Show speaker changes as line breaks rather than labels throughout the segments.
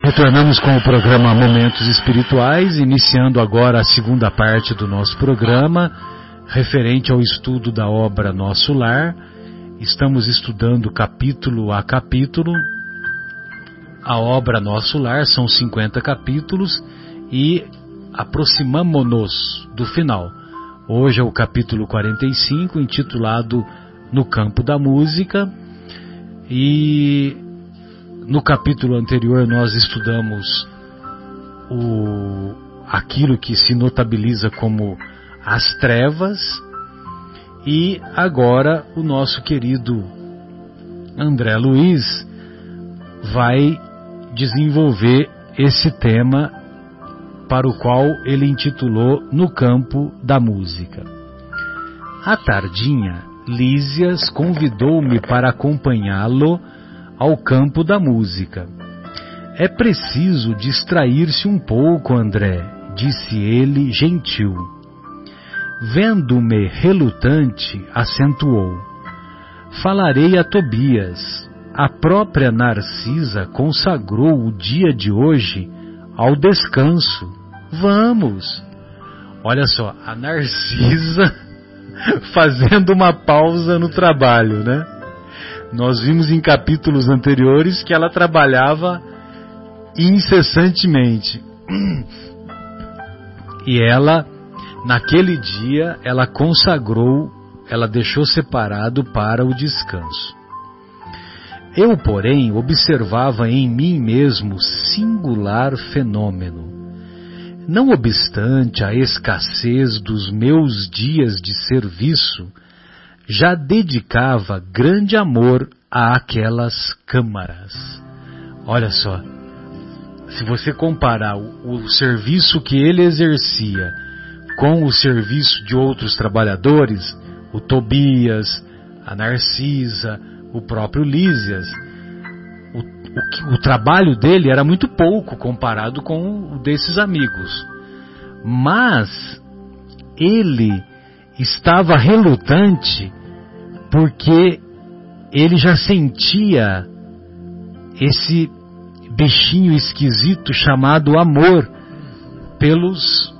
Retornamos com o programa Momentos Espirituais, iniciando agora a segunda parte do nosso programa, referente ao estudo da obra Nosso Lar. Estamos estudando capítulo a capítulo. A obra Nosso Lar são 50 capítulos e aproximamo-nos do final. Hoje é o capítulo 45, intitulado No Campo da Música, e no capítulo anterior nós estudamos aquilo que se notabiliza como as trevas, e agora o nosso querido André Luiz vai desenvolver esse tema, para o qual ele intitulou No Campo da Música. À tardinha, Lísias convidou-me para acompanhá-lo ao campo da música. É preciso distrair-se um pouco, André, disse ele, gentil. Vendo-me relutante, acentuou. Falarei a Tobias. A própria Narcisa consagrou o dia de hoje ao descanso. Vamos! Olha só, a Narcisa fazendo uma pausa no trabalho, né? Nós vimos em capítulos anteriores que ela trabalhava incessantemente. E ela, naquele dia, ela consagrou, ela deixou separado para o descanso. Eu, porém, observava em mim mesmo singular fenômeno. Não obstante a escassez dos meus dias de serviço, já dedicava grande amor àquelas câmaras. Olha só, se você comparar o serviço que ele exercia com o serviço de outros trabalhadores, o Tobias, a Narcisa, o próprio Lísias, o trabalho dele era muito pouco comparado com o desses amigos. Mas ele estava relutante porque ele já sentia esse bichinho esquisito chamado amor pelos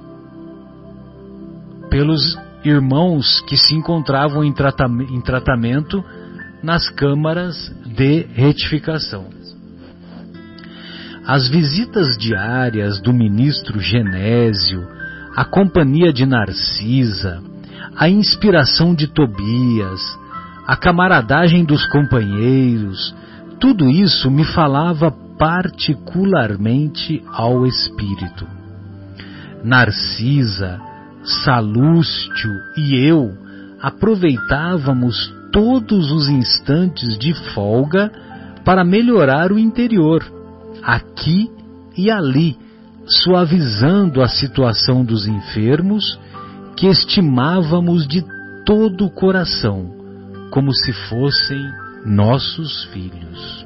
irmãos que se encontravam em tratamento nas câmaras de retificação. As visitas diárias do ministro Genésio, a companhia de Narcisa, a inspiração de Tobias, a camaradagem dos companheiros, tudo isso me falava particularmente ao espírito. Narcisa, Salústio e eu aproveitávamos todos os instantes de folga para melhorar o interior, aqui e ali, suavizando a situação dos enfermos que estimávamos de todo o coração, como se fossem nossos filhos.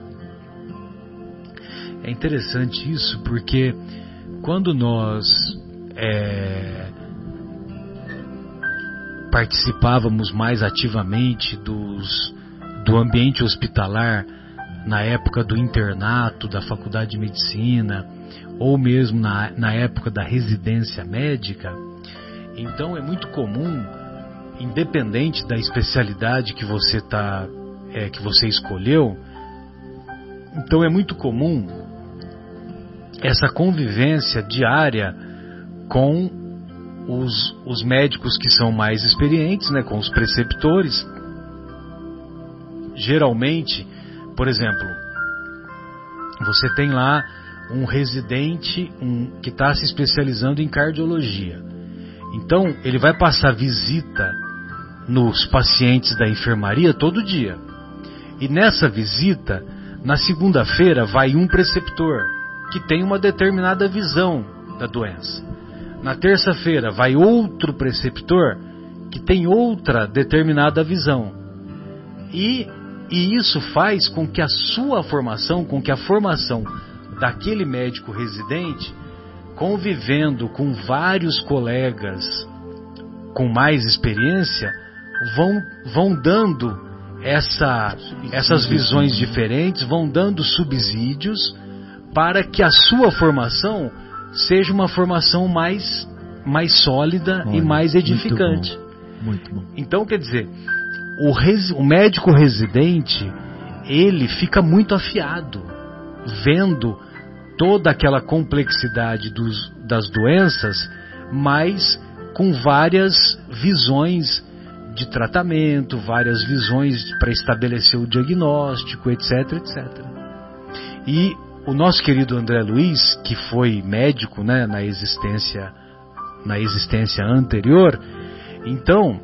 É interessante isso porque quando nós participávamos mais ativamente do ambiente hospitalar, na época do internato, da faculdade de medicina, ou mesmo na época da residência médica, então é muito comum, independente da especialidade que você escolheu, então é muito comum essa convivência diária com os médicos que são mais experientes, né, com os preceptores. Geralmente, por exemplo, você tem lá um residente que está se especializando em cardiologia. Então, ele vai passar visita nos pacientes da enfermaria todo dia. E nessa visita, na segunda-feira, vai um preceptor que tem uma determinada visão da doença. Na terça-feira, vai outro preceptor que tem outra determinada visão. E isso faz com que a sua formação, com que a formação daquele médico residente, convivendo com vários colegas com mais experiência, vão dando essas visões diferentes, vão dando subsídios para que a sua formação seja uma formação mais sólida e mais edificante.
Muito bom.
Então, quer dizer, o médico residente, ele fica muito afiado, vendo toda aquela complexidade das doenças, mas com várias visões de tratamento, várias visões para estabelecer o diagnóstico, etc, etc. E o nosso querido André Luiz, que foi médico, né, na existência anterior, então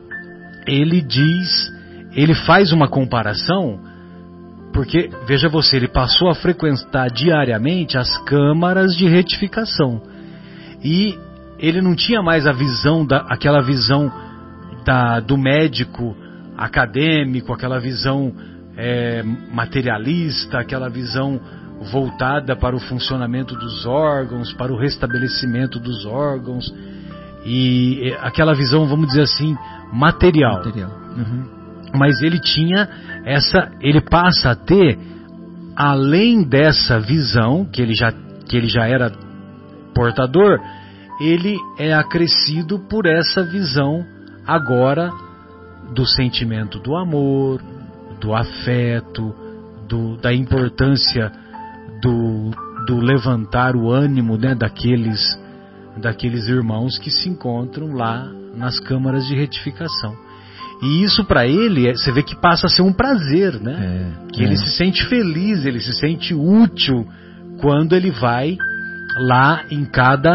ele faz uma comparação, porque, veja você, ele passou a frequentar diariamente as câmaras de retificação. E ele não tinha mais aquela visão do médico acadêmico, aquela visão materialista, aquela visão voltada para o funcionamento dos órgãos, para o restabelecimento dos órgãos, e aquela visão, vamos dizer assim, material.
Uhum.
Mas ele passa a ter, além dessa visão que ele já era portador, ele é acrescido por essa visão agora do sentimento do amor, do afeto, da importância do levantar o ânimo, né, daqueles irmãos que se encontram lá nas câmaras de retificação. E isso para ele, você vê que passa a ser um prazer, né? Ele se sente feliz, ele se sente útil quando ele vai lá em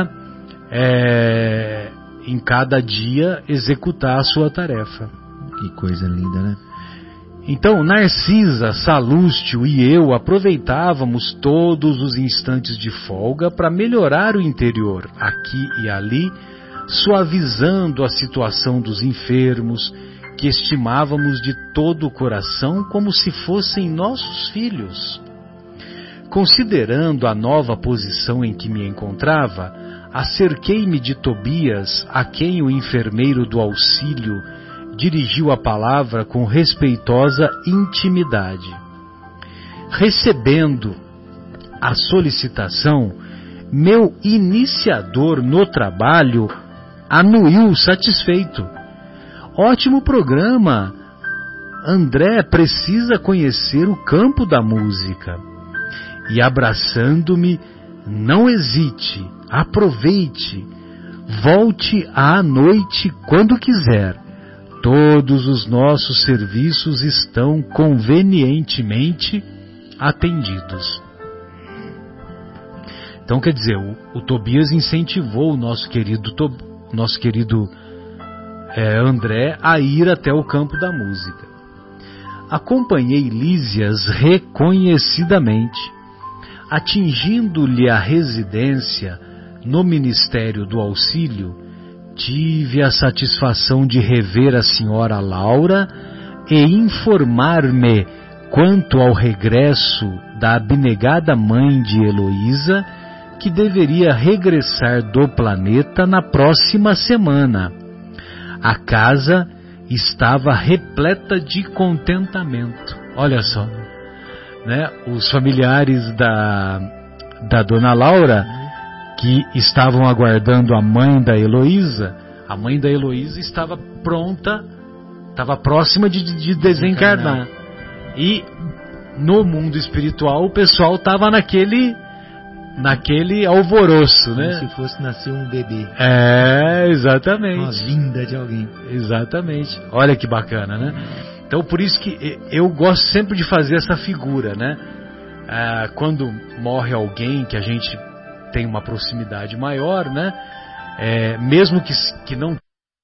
cada dia executar a sua tarefa.
Que coisa linda, né?
Então, Narcisa, Salústio e eu aproveitávamos todos os instantes de folga para melhorar o interior, aqui e ali, suavizando a situação dos enfermos, que estimávamos de todo o coração como se fossem nossos filhos. Considerando a nova posição em que me encontrava, acerquei-me de Tobias, a quem o enfermeiro do auxílio dirigiu a palavra com respeitosa intimidade. Recebendo a solicitação, meu iniciador no trabalho anuiu satisfeito. Ótimo programa! André precisa conhecer o campo da música. E abraçando-me, não hesite, aproveite, volte à noite quando quiser. Todos os nossos serviços estão convenientemente atendidos. Então, quer dizer, o Tobias incentivou o nosso querido André a ir até o campo da música. Acompanhei Lísias reconhecidamente, atingindo-lhe a residência no Ministério do Auxílio. Tive a satisfação de rever a senhora Laura e informar-me quanto ao regresso da abnegada mãe de Heloísa, que deveria regressar do planeta na próxima semana. A casa estava repleta de contentamento. Olha só, né? Os familiares da dona Laura, que estavam aguardando a mãe da Heloísa estava pronta, estava próxima de desencarnar. E no mundo espiritual o pessoal estava naquele alvoroço, né?
Como se fosse nascer um bebê.
Exatamente.
Uma vinda de alguém.
Exatamente. Olha que bacana, né? Então, por isso que eu gosto sempre de fazer essa figura, né? Quando morre alguém que a gente tem uma proximidade maior, né? Mesmo que não...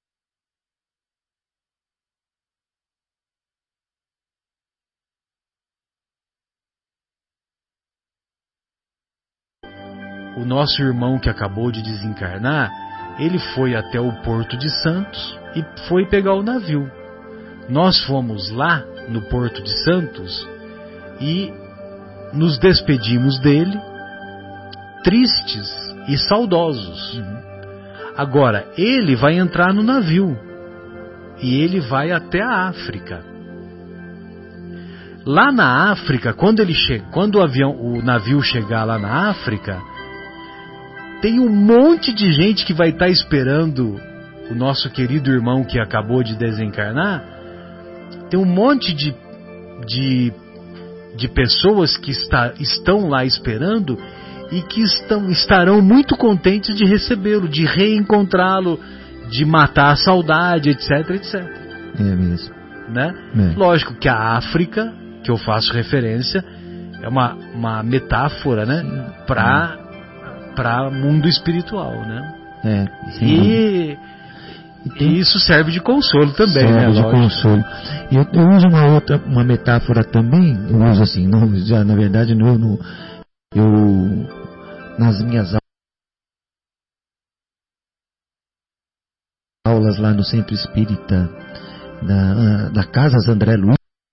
O nosso irmão que acabou de desencarnar, ele foi até o Porto de Santos e foi pegar o navio. Nós fomos lá no Porto de Santos e nos despedimos dele, tristes e saudosos. Agora, ele vai entrar no navio e ele vai até a África. Lá na África, quando o navio chegar lá na África, tem um monte de gente que vai estar esperando o nosso querido irmão que acabou de desencarnar. Tem um monte de pessoas que estão lá esperando e que estarão muito contentes de recebê-lo, de reencontrá-lo, de matar a saudade, etc, etc.
É mesmo.
Né? Lógico que a África, que eu faço referência, é uma metáfora, né? Para mundo espiritual, né? E isso serve de consolo também,
serve
né?
de consolo. Eu uso uma metáfora também, eu uso assim, na verdade, nas minhas aulas lá no Centro Espírita da Casas André Luiz,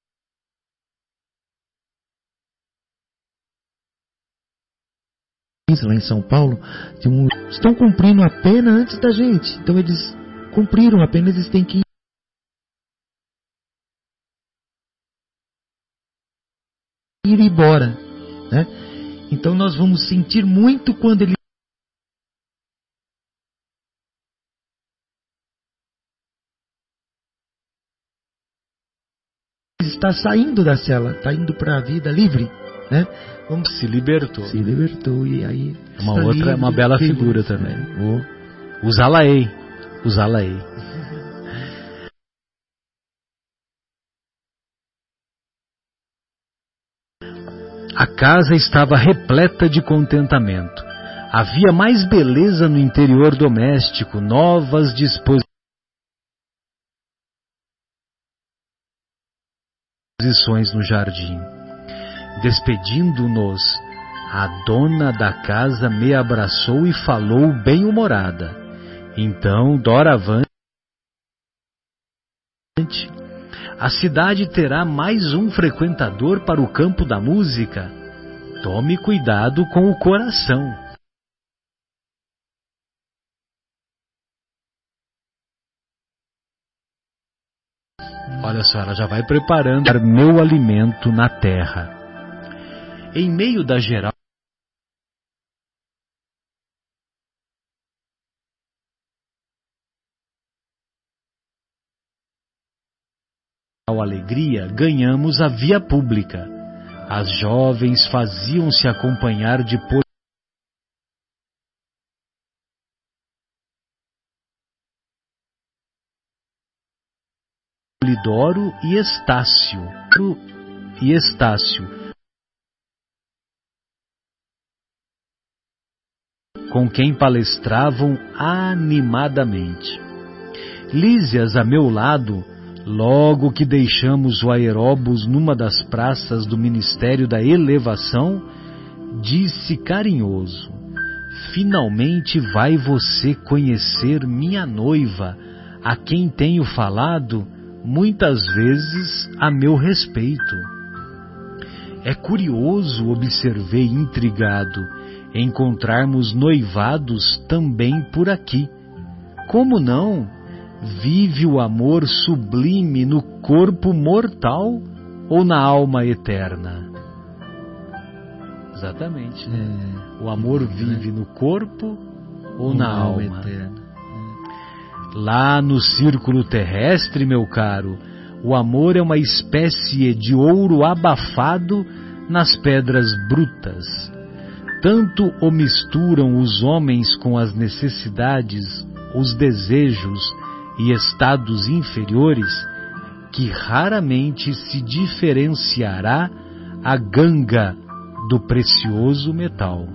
lá em São Paulo, estão cumprindo a pena antes da gente. Então eles cumpriram a pena, eles têm que ir embora, né? Então nós vamos sentir muito quando ele está saindo da cela, está indo para a vida livre, né?
Se libertou.
Se libertou e aí
uma bela figura também. Usá-la-ei. A casa estava repleta de contentamento. Havia mais beleza no interior doméstico, novas disposições no jardim. Despedindo-nos, a dona da casa me abraçou e falou bem-humorada. Então, doravante, a cidade terá mais um frequentador para o campo da música. Tome cuidado com o coração. Olha só, ela já vai preparando meu alimento na terra. Em meio da geral alegria, ganhamos a via pública. As jovens faziam-se acompanhar de Polidoro e Estácio, com quem palestravam animadamente. Lísias a meu lado, logo que deixamos o aeróbus numa das praças do Ministério da Elevação, disse carinhoso: finalmente vai você conhecer minha noiva, a quem tenho falado muitas vezes a meu respeito. É curioso, observei intrigado, encontrarmos noivados também por aqui. Como não? Vive o amor sublime no corpo mortal ou na alma eterna? Exatamente. O amor vive no corpo ou na alma eterna? Lá no círculo terrestre, meu caro, o amor é uma espécie de ouro abafado nas pedras brutas. Tanto o misturam os homens com as necessidades, os desejos e estados inferiores, que raramente se diferenciará a ganga do precioso metal.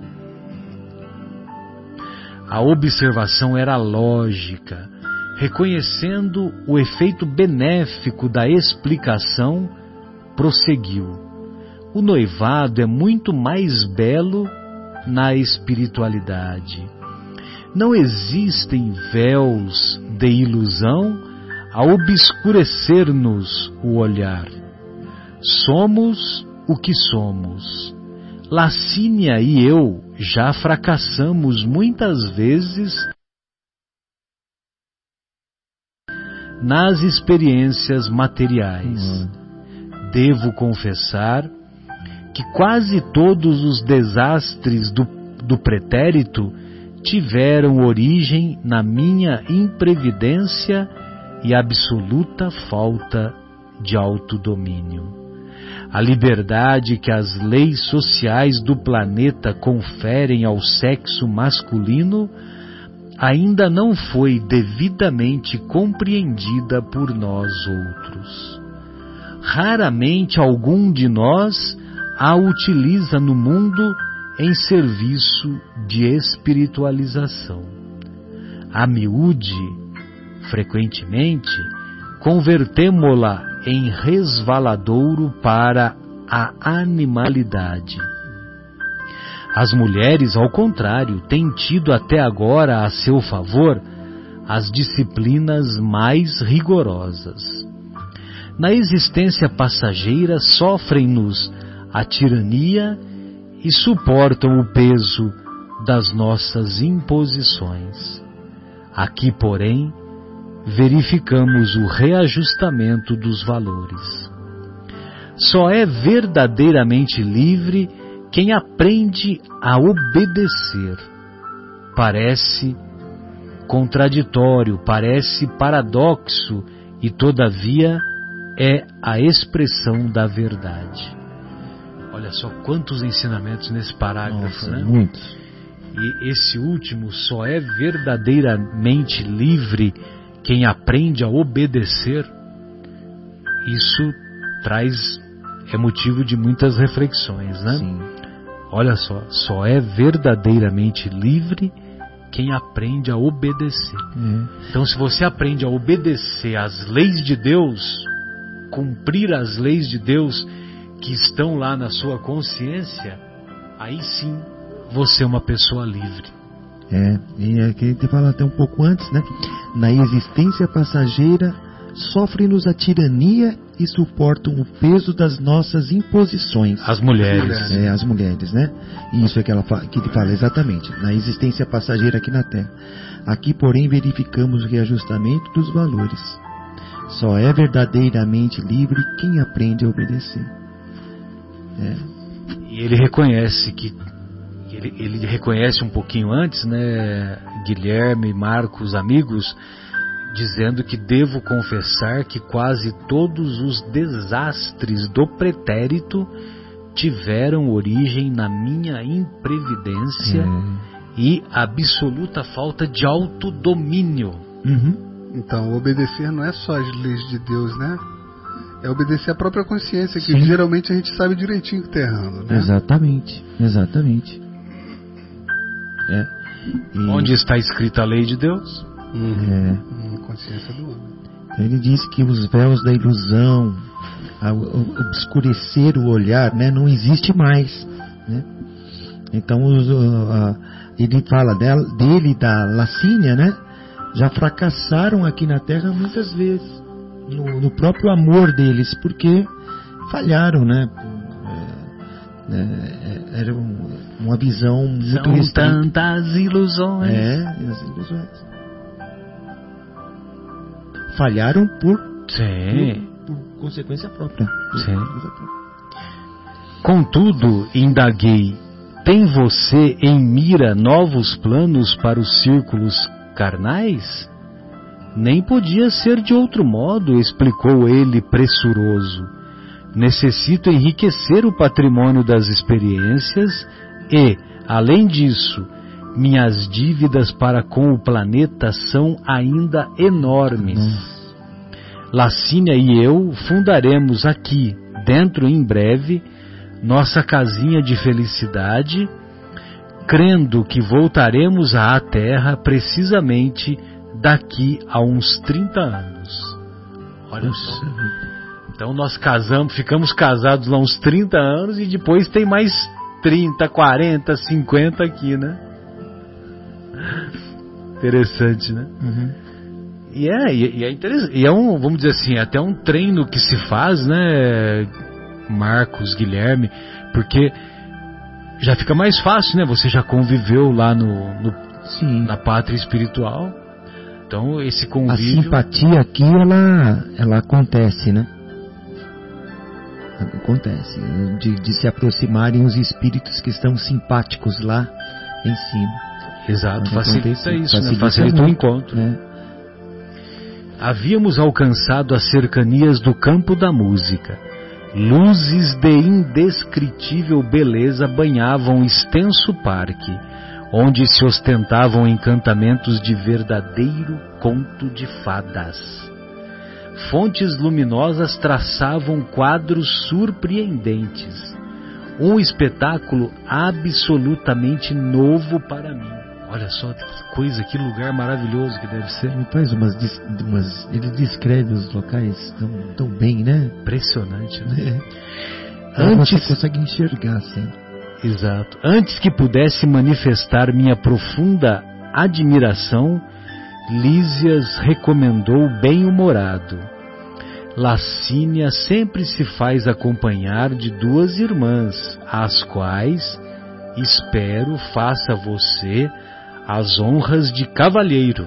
A observação era lógica. Reconhecendo o efeito benéfico da explicação, prosseguiu: o noivado é muito mais belo na espiritualidade. Não existem véus de ilusão a obscurecer-nos o olhar. Somos o que somos. Lacínia e eu já fracassamos muitas vezes nas experiências materiais. devo confessar que quase todos os desastres do pretérito tiveram origem na minha imprevidência e absoluta falta de autodomínio. A liberdade que as leis sociais do planeta conferem ao sexo masculino ainda não foi devidamente compreendida por nós outros. Raramente algum de nós a utiliza no mundo em serviço de espiritualização. A miúde, frequentemente, convertemo-la em resvaladouro para a animalidade. As mulheres, ao contrário, têm tido até agora a seu favor as disciplinas mais rigorosas. Na existência passageira sofrem-nos a tirania e suportam o peso das nossas imposições. Aqui, porém, verificamos o reajustamento dos valores. Só é verdadeiramente livre quem aprende a obedecer. Parece contraditório, parece paradoxo, e todavia é a expressão da verdade. Olha só quantos ensinamentos nesse parágrafo,
Nossa,
né?
Muitos.
E esse último, só é verdadeiramente livre quem aprende a obedecer. Isso é motivo de muitas reflexões, né?
Sim.
Olha só é verdadeiramente livre quem aprende a obedecer. Então, se você aprende a obedecer às leis de Deus, cumprir as leis de Deus que estão lá na sua consciência, aí sim você é uma pessoa livre.
E aqui a gente fala até um pouco antes, né? Na existência passageira, sofrem-nos a tirania e suportam o peso das nossas imposições.
As mulheres.
As mulheres, né? Isso é que ele fala exatamente. Na existência passageira aqui na Terra. Aqui, porém, verificamos o reajustamento dos valores. Só é verdadeiramente livre quem aprende a obedecer.
E ele reconhece que ele reconhece um pouquinho antes, né, Guilherme, Marcos, amigos, dizendo que devo confessar que quase todos os desastres do pretérito tiveram origem na minha imprevidência e absoluta falta de autodomínio.
Então, obedecer não é só as leis de Deus, né? É obedecer a própria consciência, que
Sim.
geralmente a gente sabe direitinho que está errando, né?
Exatamente.
Onde está escrita a lei de Deus?
Consciência do homem.
Ele diz que os véus da ilusão, obscurecer o olhar, né, não existe mais, né? Então ele fala dele, da Lacínia, né? Já fracassaram aqui na Terra muitas vezes no próprio amor deles, porque falharam, né? Era uma visão muito
São
restrita.
tantas ilusões.
As ilusões. Falharam por consequência própria.
Contudo, indaguei, tem você em mira novos planos para os círculos carnais? Nem podia ser de outro modo, explicou ele pressuroso. Necessito enriquecer o patrimônio das experiências e, além disso, minhas dívidas para com o planeta são ainda enormes. Lacínia e eu fundaremos aqui, dentro em breve, nossa casinha de felicidade, crendo que voltaremos à Terra precisamente daqui a uns 30 anos. Olha só. Então nós ficamos casados lá uns 30 anos e depois tem mais 30, 40, 50 aqui, né? Interessante, né? E é interessante. E é vamos dizer assim, até um treino que se faz, né, Marcos, Guilherme, porque já fica mais fácil, né? Você já conviveu lá na pátria espiritual. Então esse convívio...
A simpatia aqui, ela acontece, né? Acontece, de se aproximarem os espíritos que estão simpáticos lá em cima.
Exato, facilita isso,
facilita,
né? Facilita o encontro.
Né?
Havíamos alcançado as cercanias do campo da música. Luzes de indescritível beleza banhavam o extenso parque, onde se ostentavam encantamentos de verdadeiro conto de fadas. Fontes luminosas traçavam quadros surpreendentes. Um espetáculo absolutamente novo para mim. Olha só que coisa, que lugar maravilhoso que deve ser.
Ele faz ele descreve os locais tão bem, né?
Impressionante, né?
Você consegue enxergar sempre.
Exato. Antes que pudesse manifestar minha profunda admiração, Lísias recomendou bem-humorado: Lacínia sempre se faz acompanhar de 2 irmãs, às quais espero faça você as honras de cavalheiro.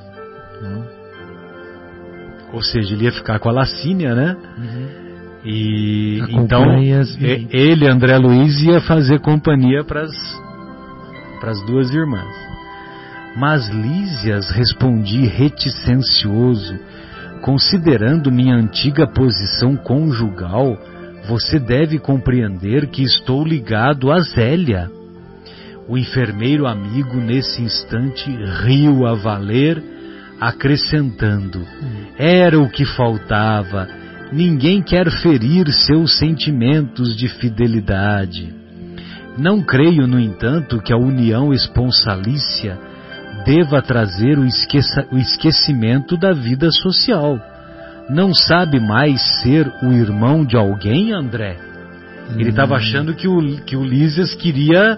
Ou seja, ele ia ficar com a Lacínia, né? E então ele, André Luiz, ia fazer companhia para as 2 irmãs. Mas Lísias, respondi reticencioso: considerando minha antiga posição conjugal, você deve compreender que estou ligado a Zélia. O enfermeiro amigo nesse instante riu a valer, acrescentando: era o que faltava. Ninguém quer ferir seus sentimentos de fidelidade. Não creio, no entanto, que a união esponsalícia deva trazer o esquecimento da vida social. Não sabe mais ser o irmão de alguém, André? Ele estava achando que o Lísias queria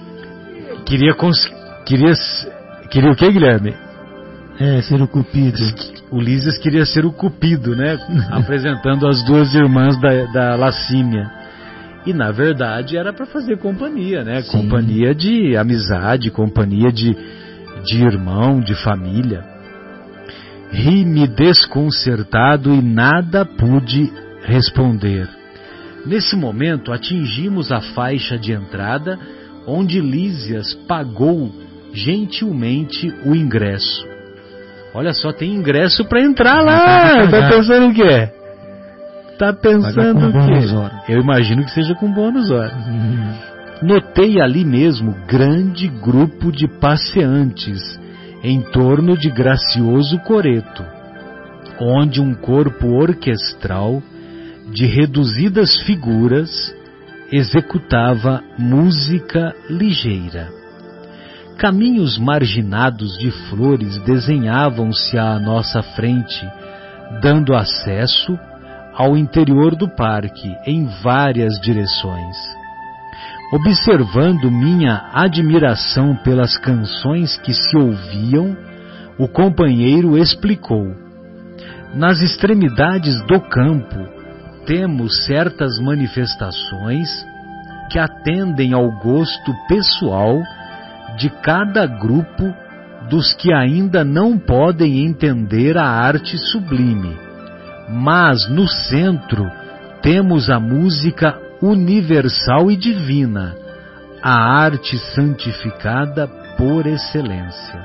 o quê, Guilherme?
Ser o Cupido.
O Lísias queria ser o Cupido, né? Apresentando as 2 irmãs da Lacínia. E na verdade era para fazer companhia, né? Sim. Companhia de amizade, companhia de irmão, de família. Ri-me desconcertado e nada pude responder. Nesse momento atingimos a faixa de entrada, onde Lísias pagou gentilmente o ingresso. Olha só, tem ingresso para entrar lá. Tá pensando o quê? Tá pensando o quê? Eu imagino que seja com bônus hora. Notei ali mesmo grande grupo de passeantes em torno de gracioso coreto, onde um corpo orquestral de reduzidas figuras executava música ligeira. Caminhos marginados de flores desenhavam-se à nossa frente, dando acesso ao interior do parque em várias direções. Observando minha admiração pelas canções que se ouviam, o companheiro explicou: nas extremidades do campo temos certas manifestações que atendem ao gosto pessoal de cada grupo dos que ainda não podem entender a arte sublime. Mas no centro temos a música universal e divina, a arte santificada por excelência.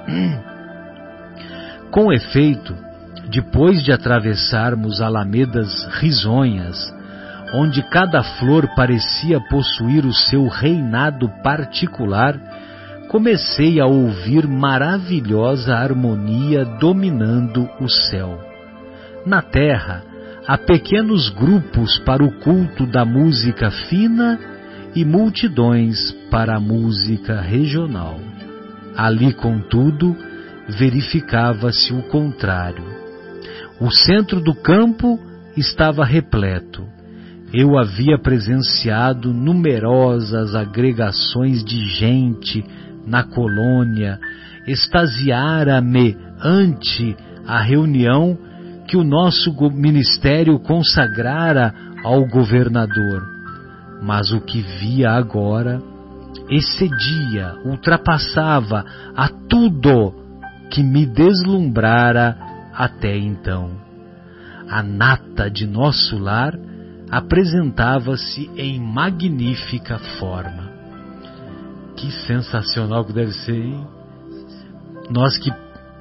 Com efeito, depois de atravessarmos alamedas risonhas, onde cada flor parecia possuir o seu reinado particular, comecei a ouvir maravilhosa harmonia dominando o céu. Na terra, há pequenos grupos para o culto da música fina e multidões para a música regional. Ali, contudo, verificava-se o contrário. O centro do campo estava repleto. Eu havia presenciado numerosas agregações de gente na colônia, extasiara-me ante a reunião que o nosso ministério consagrara ao governador. Mas o que via agora excedia, ultrapassava a tudo que me deslumbrara até então. A nata de nosso lar apresentava-se em magnífica forma. Que sensacional que deve ser, hein? Nós que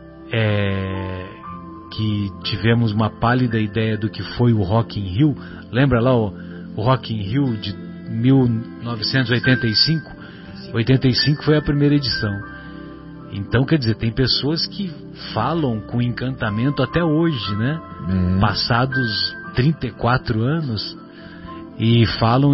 tivemos uma pálida ideia do que foi o Rock in Rio, lembra lá o Rock in Rio de 1985? 85 foi a primeira edição. Então, quer dizer, tem pessoas que falam com encantamento até hoje, né? Passados 34 anos, e falam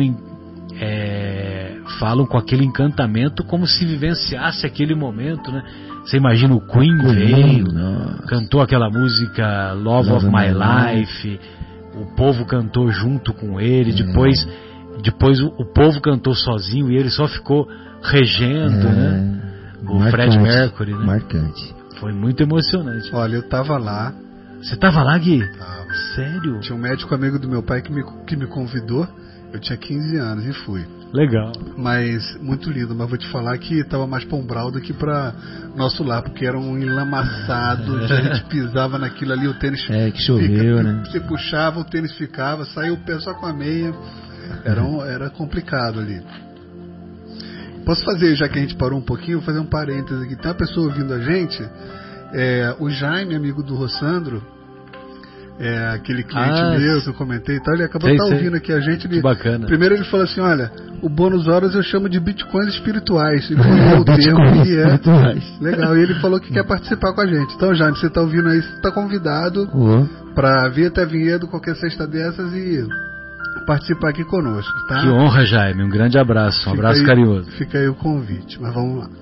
com aquele encantamento como se vivenciasse aquele momento, né? Você imagina o Queen veio, cantou aquela música Love of My Life, o povo cantou junto com ele, depois o povo cantou sozinho e ele só ficou regendo, né? O Fred Mercury, né?
Marcante.
Foi muito emocionante.
Olha, eu tava lá.
Você tava lá, Gui?
Tava.
Sério?
Tinha um médico amigo do meu pai que me convidou. Eu tinha 15 anos e fui.
Legal.
Mas, muito lindo. Mas vou te falar que tava mais pra Umbral do que pra nosso lar, porque era um enlamaçado. A gente pisava naquilo ali, o tênis...
que choveu, né?
Você puxava, o tênis ficava, saiu o pé só com a meia. Era complicado ali. Posso fazer, já que a gente parou um pouquinho, vou fazer um parênteses aqui. Tem uma pessoa ouvindo a gente, o Jaime, amigo do Rossandro, aquele cliente meu que eu comentei e tal, ele acabou de estar ouvindo aqui a gente.
Que bacana.
Primeiro ele falou assim, olha, o bônus horas eu chamo de bitcoins espirituais. Ele falou o termo que legal. E ele falou que quer participar com a gente. Então, Jaime, você está ouvindo aí, você está convidado para vir até Vinhedo qualquer sexta dessas e participar aqui conosco, tá?
Que honra, Jaime. Um grande abraço. Um abraço carinhoso.
Fica aí o convite, mas vamos lá.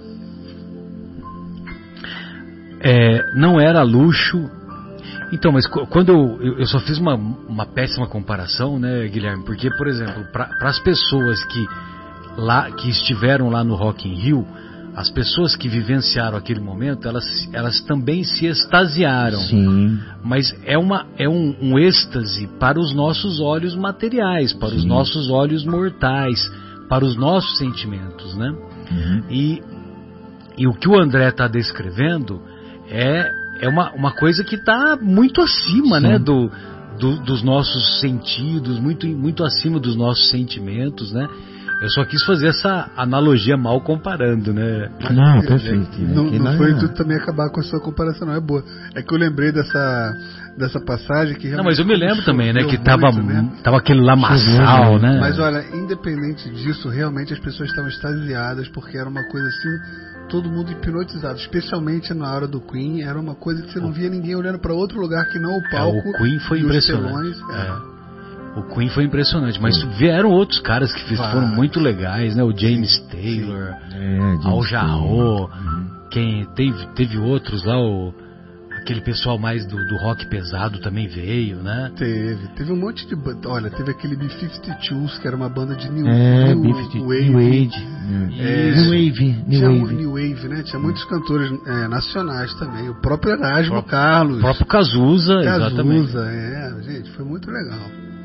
Não era luxo. Então, mas quando eu só fiz uma péssima comparação, né, Guilherme? Porque, por exemplo, para as pessoas que estiveram lá no Rock in Rio, as pessoas que vivenciaram aquele momento, elas também se extasiaram.
Sim.
Mas é um êxtase para os nossos olhos materiais, para os nossos olhos mortais, para os nossos sentimentos, né?
Uhum.
E o que o André está descrevendo é uma coisa que está muito acima, né, dos nossos sentidos, muito, muito acima dos nossos sentimentos, né? Eu só quis fazer essa analogia mal comparando, né?
Não, perfeito.
Não foi tudo também acabar com a sua comparação, não é boa. É que eu lembrei dessa passagem que realmente...
Não, mas eu me lembro também, né, que tava
né?
aquele lamaçal, né?
Mas olha, independente disso, realmente as pessoas estavam extasiadas, porque era uma coisa assim, todo mundo hipnotizado, especialmente na hora do Queen, era uma coisa que você não via ninguém olhando para outro lugar que não o palco.
O Queen foi impressionante.
Telões,
O Queen foi impressionante, mas vieram outros caras que foram muito legais, né? O James Taylor, Al Jarreau, teve outros lá, aquele pessoal mais do rock pesado também veio, né?
Teve um monte de banda. Olha, teve aquele B-52s, que era uma banda de New
Wave.
New Wave, né? Tinha muitos cantores nacionais também. O próprio Erasmo Carlos.
O próprio Cazuza, exatamente.
Gente, foi muito legal.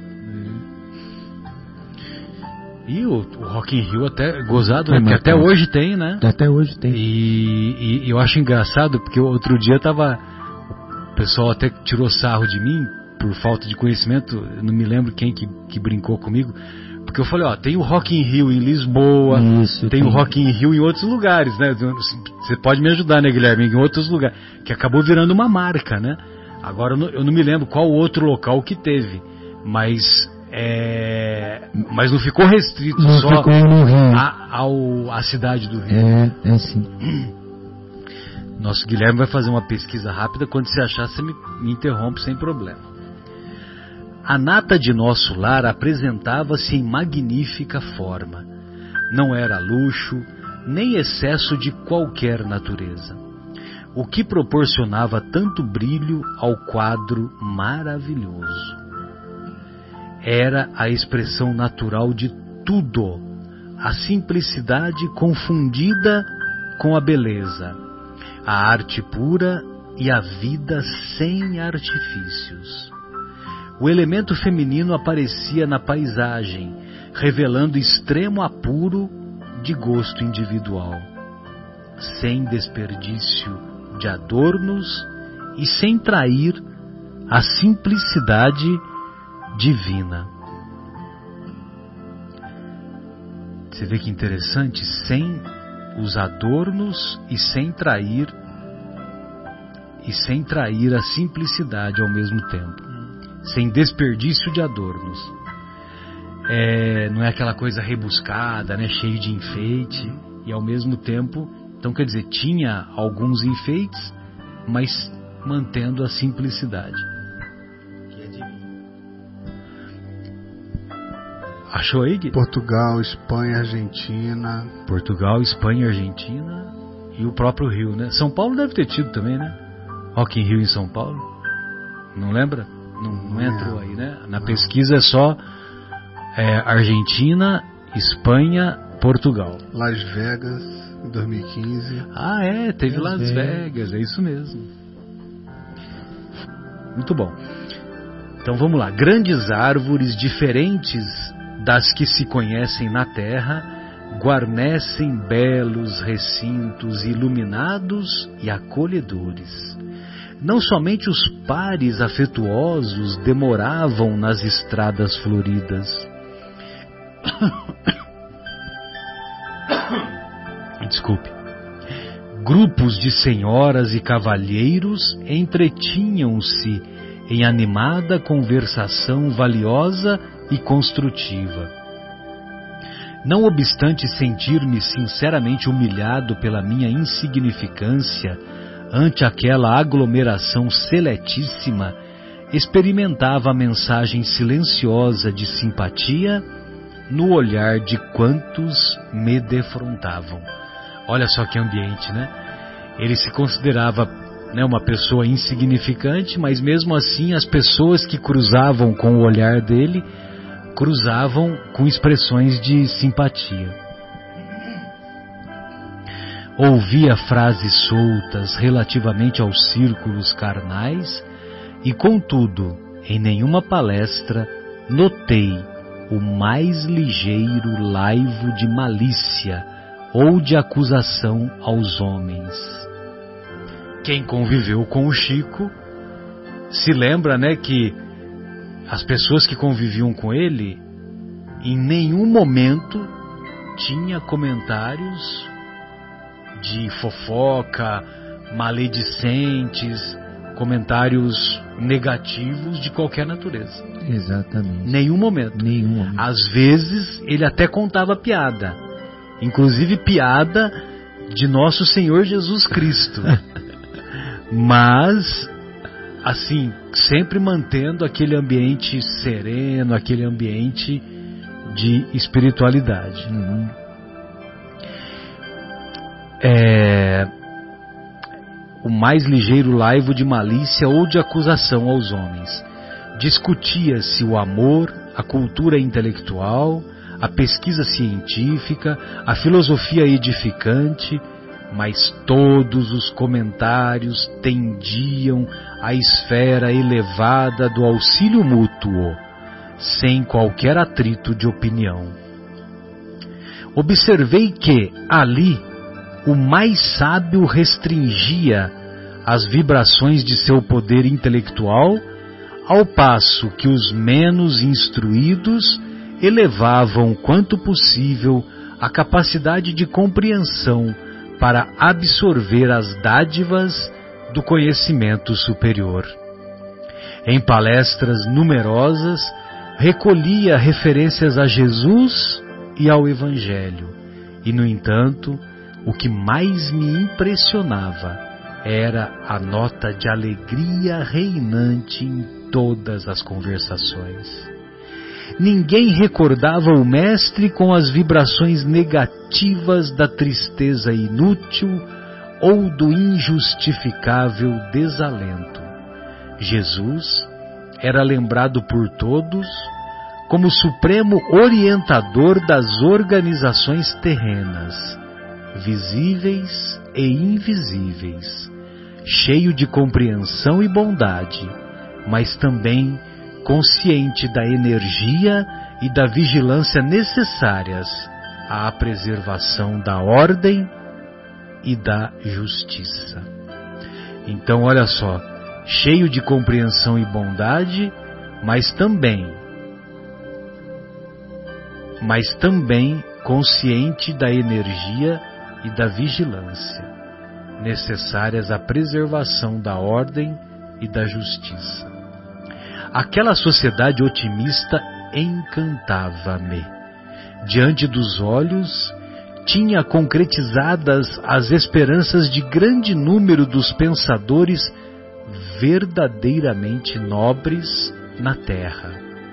E o Rock in Rio até gozado, né? Porque até hoje tem, né?
Até hoje tem.
E eu acho engraçado, porque outro dia o pessoal até tirou sarro de mim, por falta de conhecimento, eu não me lembro quem que brincou comigo, porque eu falei, tem o Rock in Rio em Lisboa, tem o Rock in Rio em outros lugares, né? Você pode me ajudar, né, Guilherme? Em outros lugares, que acabou virando uma marca, né? Agora eu não me lembro qual outro local que teve, mas não ficou restrito só à cidade do Rio.
Sim.
Nosso Guilherme vai fazer uma pesquisa rápida. Quando você achar, você me interrompe sem problema. A nata de nosso lar apresentava-se em magnífica forma. Não era luxo, nem excesso de qualquer natureza, o que proporcionava tanto brilho ao quadro maravilhoso. Era a expressão natural de tudo, a simplicidade confundida com a beleza, a arte pura e a vida sem artifícios. O elemento feminino aparecia na paisagem, revelando extremo apuro de gosto individual, sem desperdício de adornos e sem trair a simplicidade divina. Você vê que interessante, sem os adornos e sem trair a simplicidade ao mesmo tempo, sem desperdício de adornos. Não é aquela coisa rebuscada, né, cheio de enfeite, e ao mesmo tempo, então quer dizer, tinha alguns enfeites, mas mantendo a simplicidade. Achou aí, Gui?
Portugal, Espanha, Argentina.
Portugal, Espanha, Argentina e o próprio Rio, né? São Paulo deve ter tido também, né? Rock in Rio em São Paulo. Não lembra? Não entrou aí, né? Na pesquisa é só Argentina, Espanha, Portugal.
Las Vegas, em 2015.
Teve Las Vegas, é isso mesmo. Muito bom. Então vamos lá. Grandes árvores diferentes das que se conhecem na terra guarnecem belos recintos iluminados e acolhedores. Não somente os pares afetuosos demoravam nas estradas floridas. Desculpe. Grupos de senhoras e cavalheiros entretinham-se em animada conversação valiosa e construtiva. Não obstante sentir-me sinceramente humilhado pela minha insignificância ante aquela aglomeração seletíssima, experimentava a mensagem silenciosa de simpatia no olhar de quantos me defrontavam. Olha só que ambiente, né? Ele se considerava, né, uma pessoa insignificante, mas mesmo assim as pessoas que cruzavam com o olhar dele cruzavam com expressões de simpatia. Ouvia frases soltas relativamente aos círculos carnais e, contudo, em nenhuma palestra notei o mais ligeiro laivo de malícia ou de acusação aos homens. Quem conviveu com o Chico se lembra, né, que as pessoas que conviviam com ele em nenhum momento tinha comentários de fofoca, maledicentes, comentários negativos de qualquer natureza.
Exatamente.
Nenhum momento. Às vezes ele até contava piada, inclusive piada de Nosso Senhor Jesus Cristo. Mas, assim, sempre mantendo aquele ambiente sereno, aquele ambiente de espiritualidade. O mais ligeiro laivo de malícia ou de acusação aos homens. Discutia-se o amor, a cultura intelectual, a pesquisa científica, a filosofia edificante, mas todos os comentários tendiam à esfera elevada do auxílio mútuo, sem qualquer atrito de opinião. Observei que, ali, o mais sábio restringia as vibrações de seu poder intelectual, ao passo que os menos instruídos elevavam quanto possível a capacidade de compreensão para absorver as dádivas do conhecimento superior. Em palestras numerosas, recolhia referências a Jesus e ao Evangelho, e, no entanto, o que mais me impressionava era a nota de alegria reinante em todas as conversações. Ninguém recordava o mestre com as vibrações negativas da tristeza inútil ou do injustificável desalento. Jesus era lembrado por todos como supremo orientador das organizações terrenas, visíveis e invisíveis, cheio de compreensão e bondade, mas também consciente da energia e da vigilância necessárias à preservação da ordem e da justiça. Então, olha só, cheio de compreensão e bondade, mas também consciente da energia e da vigilância necessárias à preservação da ordem e da justiça. Aquela sociedade otimista encantava-me. Diante dos olhos, tinha concretizadas as esperanças de grande número dos pensadores verdadeiramente nobres na terra.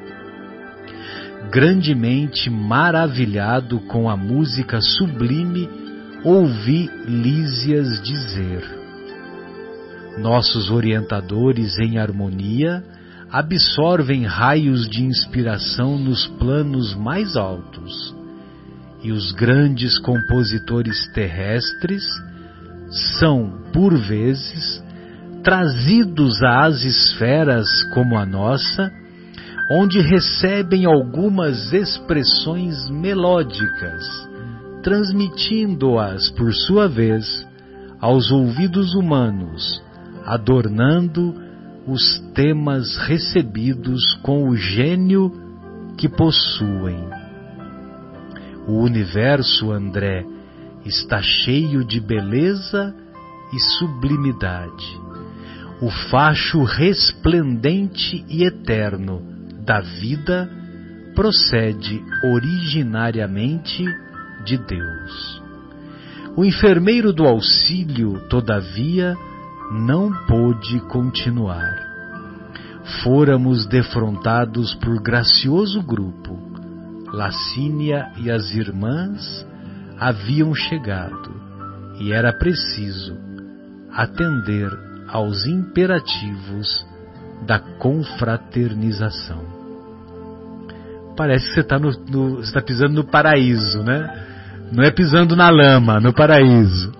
Grandemente maravilhado com a música sublime, ouvi Lísias dizer: nossos orientadores em harmonia absorvem raios de inspiração nos planos mais altos, e os grandes compositores terrestres são, por vezes, trazidos às esferas como a nossa, onde recebem algumas expressões melódicas, transmitindo-as, por sua vez, aos ouvidos humanos, adornando os temas recebidos com o gênio que possuem. O universo, André, está cheio de beleza e sublimidade. O facho resplendente e eterno da vida procede originariamente de Deus. O enfermeiro do auxílio, todavia, não pôde continuar. Fôramos defrontados por gracioso grupo. Lacínia e as irmãs haviam chegado, e era preciso atender aos imperativos da confraternização. Parece que você está pisando no paraíso, né? Não é pisando na lama, no paraíso.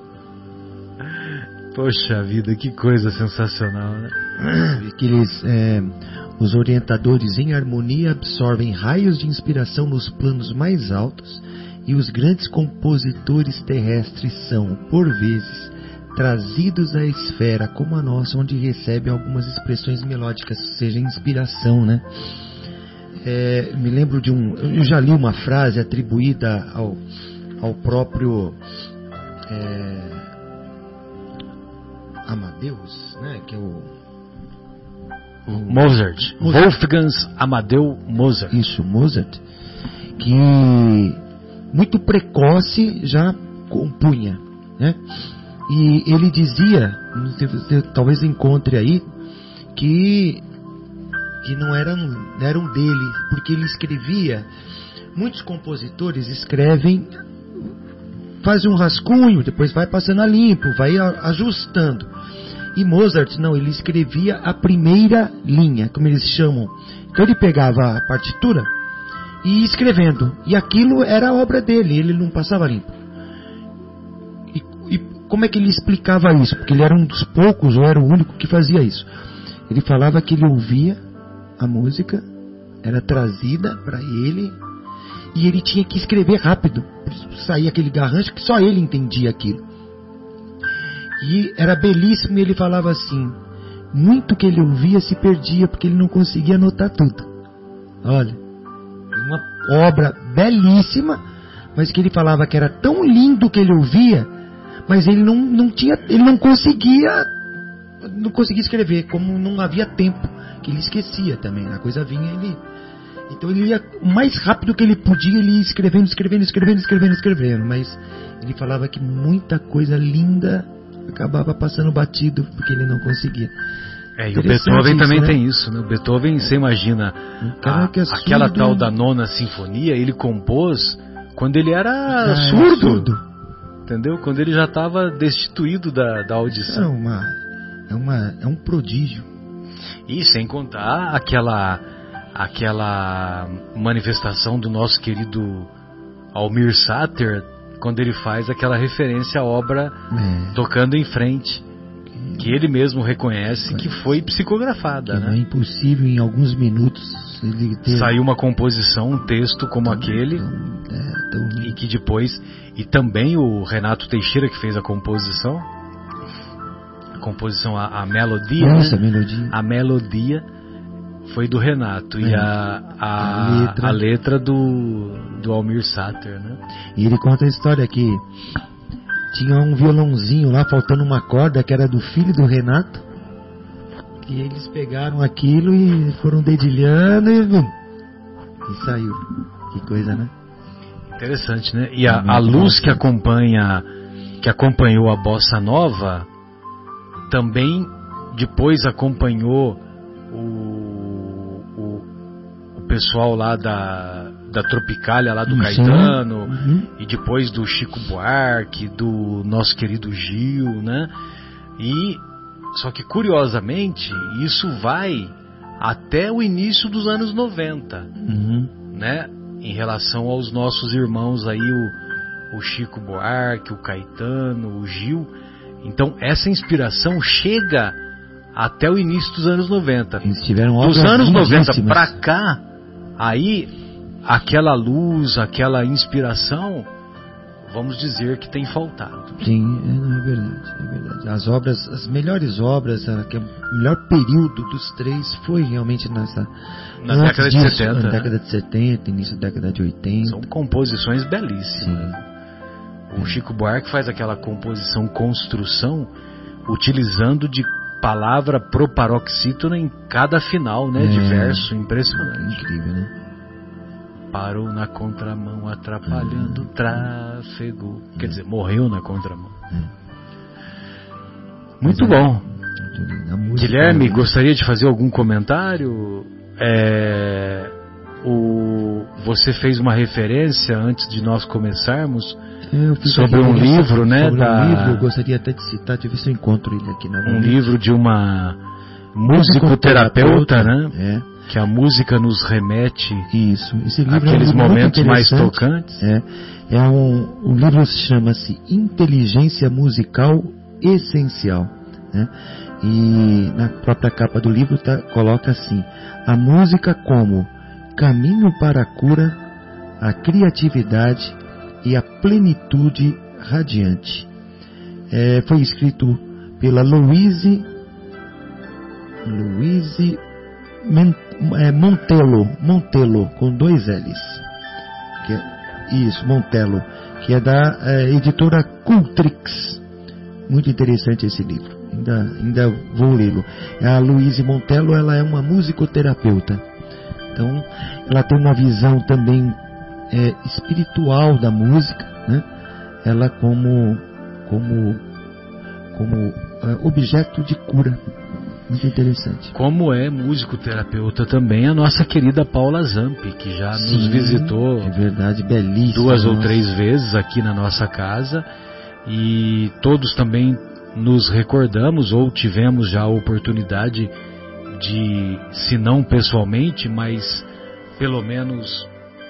Poxa vida, que coisa sensacional, né?
Os orientadores em harmonia absorvem raios de inspiração nos planos mais altos, e os grandes compositores terrestres são, por vezes, trazidos à esfera como a nossa, onde recebe algumas expressões melódicas, seja inspiração, né? Me lembro eu já li uma frase atribuída ao próprio Amadeus, né? Que é o
Mozart. Wolfgang Amadeu Mozart.
Isso, Mozart, que muito precoce já compunha, né? E ele dizia, você talvez encontre aí, que não eram dele, porque ele escrevia. Muitos compositores escrevem, faz um rascunho, depois vai passando a limpo, vai ajustando. E Mozart não, ele escrevia a primeira linha, como eles chamam. Então ele pegava a partitura e ia escrevendo, e aquilo era a obra dele, ele não passava limpo. E como é que ele explicava isso? Porque ele era um dos poucos, ou era o único que fazia isso. Ele falava que ele ouvia a música, era trazida para ele, e ele tinha que escrever rápido. Saía aquele garrancho que só ele entendia aquilo. E era belíssimo, e ele falava assim, muito que ele ouvia se perdia, porque ele não conseguia anotar tudo. Olha, uma obra belíssima, mas que ele falava que era tão lindo que ele ouvia, mas ele não conseguia escrever, como não havia tempo, que ele esquecia também, a coisa vinha, então ele ia o mais rápido que ele podia, ele ia escrevendo, mas ele falava que muita coisa linda acabava passando batido, porque ele não conseguia.
E o Beethoven também, né? Tem isso, né? O Beethoven, você imagina, aquela tal da Nona Sinfonia, ele compôs quando ele era surdo. Entendeu? Quando ele já estava destituído da audição.
É um prodígio.
E sem contar aquela manifestação do nosso querido Almir Sater, quando ele faz aquela referência à obra Tocando em Frente, que ele mesmo reconhece que foi psicografada, né?
É impossível em alguns minutos ele ter...
Saiu uma composição, um texto como aquele, e que depois... E também o Renato Teixeira, que fez a composição, a melodia,
nossa,
né? A melodia Foi do Renato. E a letra do Almir Sater, né?
E ele conta a história que tinha um violãozinho lá, faltando uma corda, que era do filho do Renato. E eles pegaram aquilo e foram dedilhando e saiu. Que coisa, né?
Interessante, né? E a luz que acompanhou a Bossa Nova também depois acompanhou o pessoal lá da Tropicália, lá do Caetano, e depois do Chico Buarque, do nosso querido Gil, né? Só que curiosamente isso vai até o início dos anos 90, né? Em relação aos nossos irmãos aí, o Chico Buarque, o Caetano, o Gil. Então essa inspiração chega até o início dos anos 90.
Eles tiveram
dos anos 90 para cá, aí aquela luz, aquela inspiração, vamos dizer que tem faltado.
Sim, é verdade. As melhores obras, o melhor período dos três foi realmente na década de 70. Na década de 70, início da década de 80.
São composições belíssimas. O Chico Buarque faz aquela composição construção utilizando de palavra proparoxítona em cada final, né? De verso, impressionante.
Incrível, né?
Parou na contramão, atrapalhando o tráfego. Quer dizer, morreu na contramão. Muito bom. Guilherme, gostaria de fazer algum comentário? Você fez uma referência antes de nós começarmos sobre um livro, né?
Sobre um livro, eu gostaria até de citar, deixa eu ver se eu encontro ele aqui.
Um livro de uma musicoterapeuta, né? Que a música nos remete
esse livro
àqueles momentos mais tocantes.
O livro chama-se Inteligência Musical Essencial, né? E na própria capa do livro coloca assim: a música como caminho para a cura, a criatividade e a plenitude radiante. Foi escrito pela Louise Montello, com 2 L's. Montello, que é da editora Cultrix. Muito interessante esse livro. Ainda vou lê-lo. A Louise Montello, ela é uma musicoterapeuta. Então, ela tem uma visão também espiritual da música, né? Ela como objeto de cura. Muito interessante.
Como é musicoterapeuta também a nossa querida Paula Zampi, que já nos visitou,
é verdade, belíssima,
2 ou 3 vezes aqui na nossa casa, e todos também nos recordamos ou tivemos já a oportunidade de, se não pessoalmente, mas pelo menos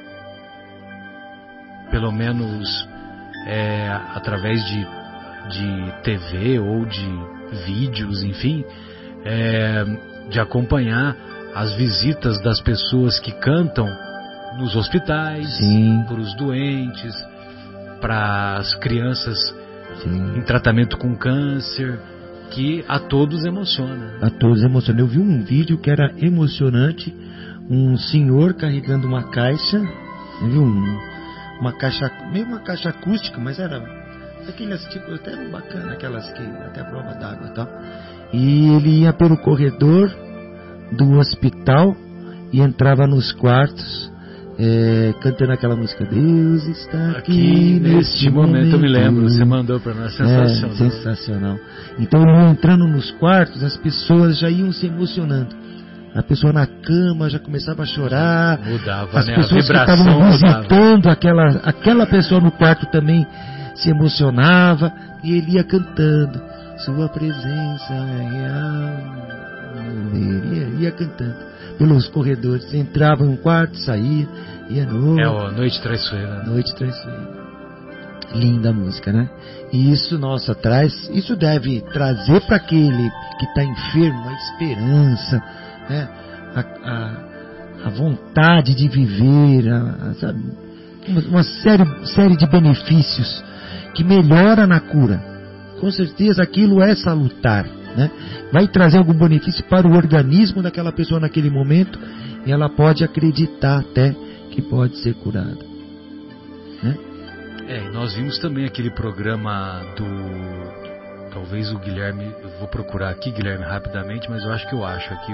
através de TV ou de vídeos, enfim, de acompanhar as visitas das pessoas que cantam nos hospitais, para os doentes, para as crianças em tratamento com câncer, que a todos emociona.
A todos emociona. Eu vi um vídeo que era emocionante, um senhor carregando uma caixa, viu? Uma caixa acústica, mas era aquelas tipo até bacana, aquelas que até prova d'água e tal. E ele ia pelo corredor do hospital e entrava nos quartos cantando aquela música: Deus está aqui neste momento.
Eu me lembro, você mandou para nós, sensacional.
Sensacional. Então ele ia entrando nos quartos, as pessoas já iam se emocionando. A pessoa na cama já começava a chorar.
Mudava,
as
né?
pessoas que estavam visitando aquela pessoa no quarto também se emocionava, e ele ia cantando: sua presença é real. Ele ia cantando pelos corredores, entrava em um quarto, saía, ia no outro.
Noite Traiçoeira.
Noite Traiçoeira. Linda música, né? E isso, isso deve trazer para aquele que está enfermo a esperança, né? A vontade de viver, sabe? Uma série de benefícios que melhora na cura. Com certeza aquilo é salutar. né? Vai trazer algum benefício para o organismo daquela pessoa naquele momento, e ela pode acreditar até que pode ser curada, né?
Nós vimos também aquele programa talvez o Guilherme, eu vou procurar aqui, Guilherme, rapidamente, mas eu acho que eu acho aqui.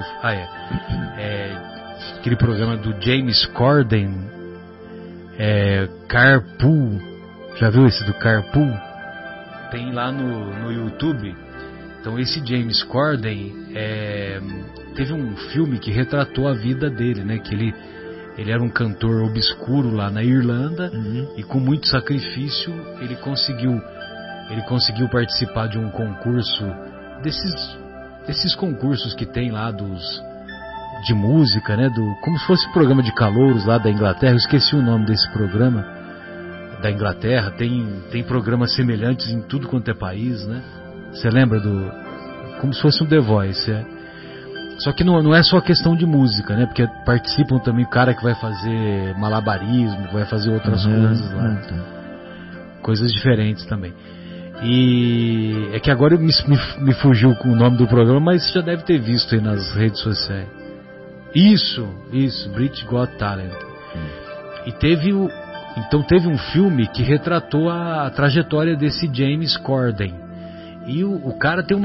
Aquele programa do James Corden, Carpool. Já viu esse do Carpool? Tem lá no YouTube. Então esse James Corden teve um filme que retratou a vida dele, né? Que ele era um cantor obscuro lá na Irlanda, e com muito sacrifício ele conseguiu participar de um concurso, desses concursos que tem lá de música, né? Como se fosse um programa de calouros lá da Inglaterra. Eu esqueci o nome desse programa da Inglaterra. Tem programas semelhantes em tudo quanto é país, né? Você lembra como se fosse um The Voice, Só que não é só questão de música, né? Porque participam também o cara que vai fazer malabarismo, vai fazer outras coisas lá. Coisas diferentes também. E é que agora me fugiu com o nome do programa, mas você já deve ter visto aí nas redes sociais. Isso, British Got Talent. E teve um filme que retratou a trajetória desse James Corden. E o cara tem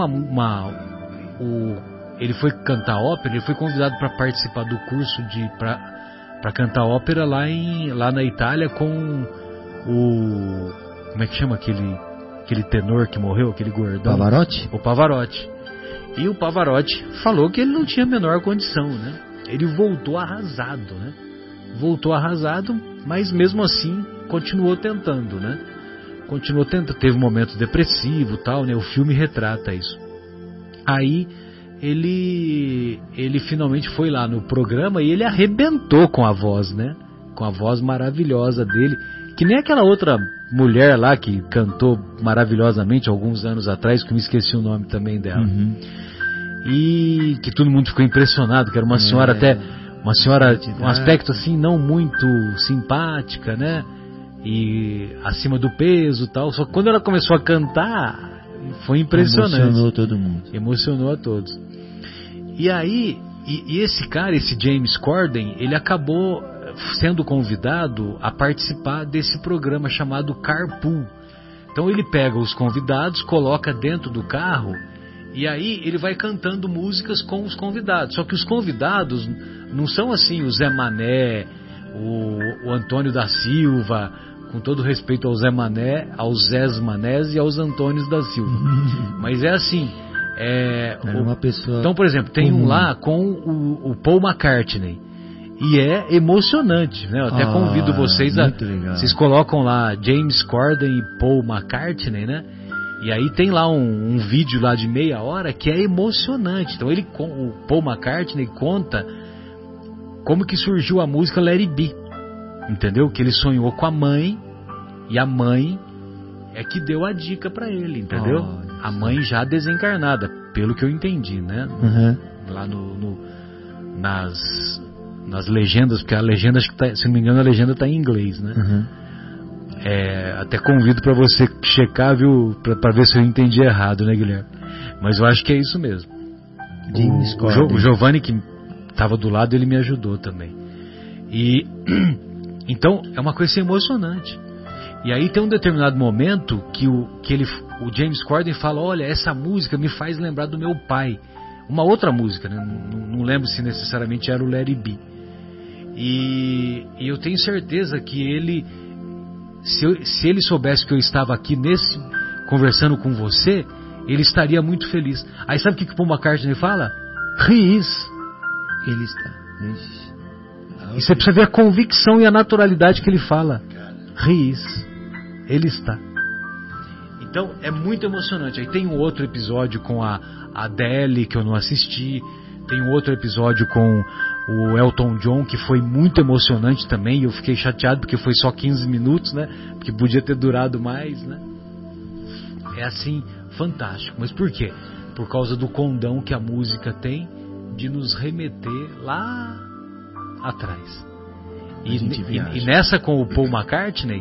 ele foi cantar ópera, ele foi convidado para participar do curso para cantar ópera lá na Itália com como é que chama aquele tenor que morreu, aquele gordão?
Pavarotti?
O Pavarotti. E o Pavarotti falou que ele não tinha a menor condição, né? Ele voltou arrasado, né? Mas mesmo assim continuou tentando, né? Teve um momento depressivo, tal, né? O filme retrata isso. Aí ele finalmente foi lá no programa e ele arrebentou com a voz, né? Com a voz maravilhosa dele, que nem aquela outra mulher lá que cantou maravilhosamente alguns anos atrás, que eu me esqueci o nome também dela. E que todo mundo ficou impressionado, que era uma senhora um aspecto assim não muito simpática, né? E acima do peso, tal. Só que quando ela começou a cantar, foi impressionante.
Emocionou todo mundo.
Emocionou a todos. E aí, esse cara, esse James Corden, ele acabou sendo convidado a participar desse programa chamado Carpool. Então ele pega os convidados, coloca dentro do carro, e aí ele vai cantando músicas com os convidados. Só que os convidados não são assim o Zé Mané, o Antônio da Silva, com todo respeito ao Zé Mané, aos Zés Manés e aos Antônios da Silva. Mas é assim,
uma pessoa.
Então, por exemplo, tem um lá com o Paul McCartney. E é emocionante, né? Eu até convido vocês vocês colocam lá James Corden e Paul McCartney, né? E aí tem lá um vídeo lá de meia hora que é emocionante. Então o Paul McCartney conta como que surgiu a música Let It Be, entendeu? Que ele sonhou com a mãe, e a mãe é que deu a dica pra ele, entendeu? A mãe já desencarnada, pelo que eu entendi, né? Lá nas legendas, porque a legenda, acho que se não me engano, a legenda tá em inglês, né? Até convido para você checar, viu, para ver se eu entendi errado, né, Guilherme? Mas eu acho que é isso mesmo. O Giovanni, que estava do lado, ele me ajudou também. E então é uma coisa emocionante. E aí tem um determinado momento que o James Corden fala: olha, essa música me faz lembrar do meu pai. Uma outra música, né? Não lembro se necessariamente era o Let It Be. E eu tenho certeza que ele, se ele soubesse que eu estava aqui conversando com você, ele estaria muito feliz. Aí sabe o que o Paul McCartney fala? He is.
Ele está.
E você precisa ver a convicção e a naturalidade que ele fala. He is. Ele está. Então é muito emocionante. Aí tem um outro episódio com a Adele que eu não assisti. Tem um outro episódio com o Elton John que foi muito emocionante também. Eu fiquei chateado porque foi só 15 minutos, né? Porque podia ter durado mais, né? É assim, fantástico. Mas por quê? Por causa do condão que a música tem de nos remeter lá atrás. E nessa com o Paul McCartney,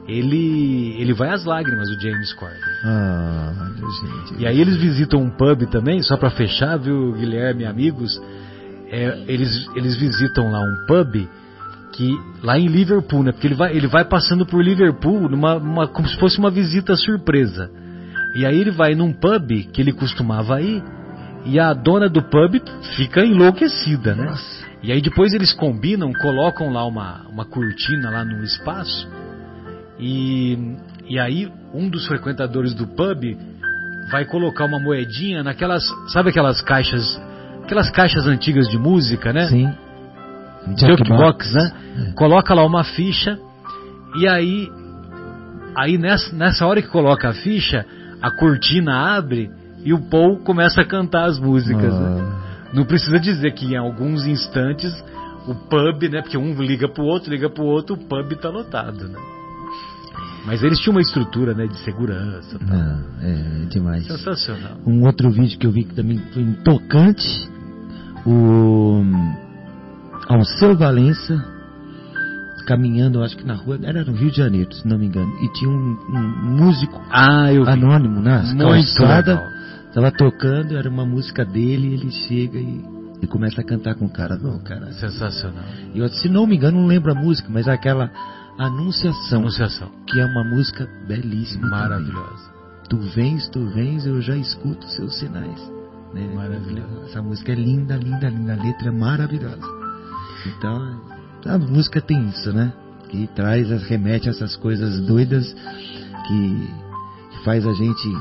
ele vai às lágrimas, o James Corden.
Gente.
E aí eles visitam um pub também, só para fechar, viu, Guilherme e amigos? Eles visitam lá um pub que lá em Liverpool, né? Porque ele vai passando por Liverpool como se fosse uma visita surpresa. E aí ele vai num pub que ele costumava ir, e a dona do pub fica enlouquecida, né?
Nossa.
E aí depois eles combinam, colocam lá uma cortina lá no espaço, e aí um dos frequentadores do pub vai colocar uma moedinha naquelas, sabe aquelas caixas antigas de música, né?
Sim.
Jukebox, né? Coloca lá uma ficha, e aí nessa hora que coloca a ficha, a cortina abre e o Paul começa a cantar as músicas, né? Não precisa dizer que em alguns instantes o pub, né? Porque um liga pro outro, o pub tá lotado, né? Mas eles tinham uma estrutura, né, de segurança. Tal.
É demais.
Sensacional.
Um outro vídeo que eu vi que também foi tocante, o Alceu Valença caminhando, acho que na rua, era no Rio de Janeiro, se não me engano, e tinha um músico anônimo na calçada, estava tocando, era uma música dele, ele chega e começa a cantar com o cara. Não, cara.
Sensacional.
E eu, se não me engano, não lembro a música, mas é aquela Anunciação, que é uma música belíssima,
maravilhosa.
Também. Tu vens, eu já escuto seus sinais. Né?
Maravilhosa.
Essa música é linda, linda, linda, a letra é maravilhosa. Então, a música tem isso, né? Que remete a essas coisas doidas que faz a gente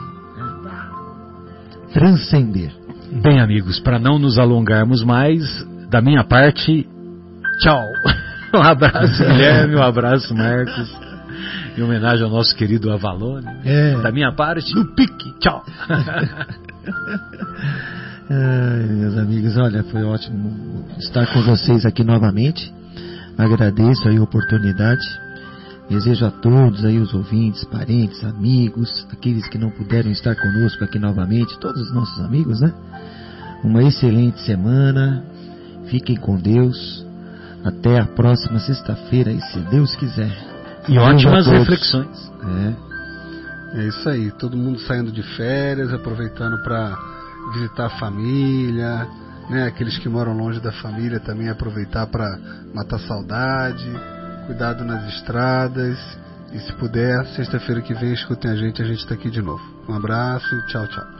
transcender.
Bem, amigos, para não nos alongarmos mais, da minha parte, tchau. Um abraço, Guilherme, um abraço, Marcos, em homenagem ao nosso querido Avalone. Da minha parte, no pique, tchau.
Ai, meus amigos, olha, foi ótimo estar com vocês aqui novamente. Agradeço aí a oportunidade. Desejo a todos aí, os ouvintes, parentes, amigos, aqueles que não puderam estar conosco aqui novamente, todos os nossos amigos, né? Uma excelente semana. Fiquem com Deus. Até a próxima sexta-feira, e se Deus quiser.
E ótimas reflexões.
É isso aí, todo mundo saindo de férias, aproveitando para visitar a família, né? Aqueles que moram longe da família também aproveitar para matar saudade, cuidado nas estradas, e se puder, sexta-feira que vem escutem a gente está aqui de novo. Um abraço, tchau, tchau.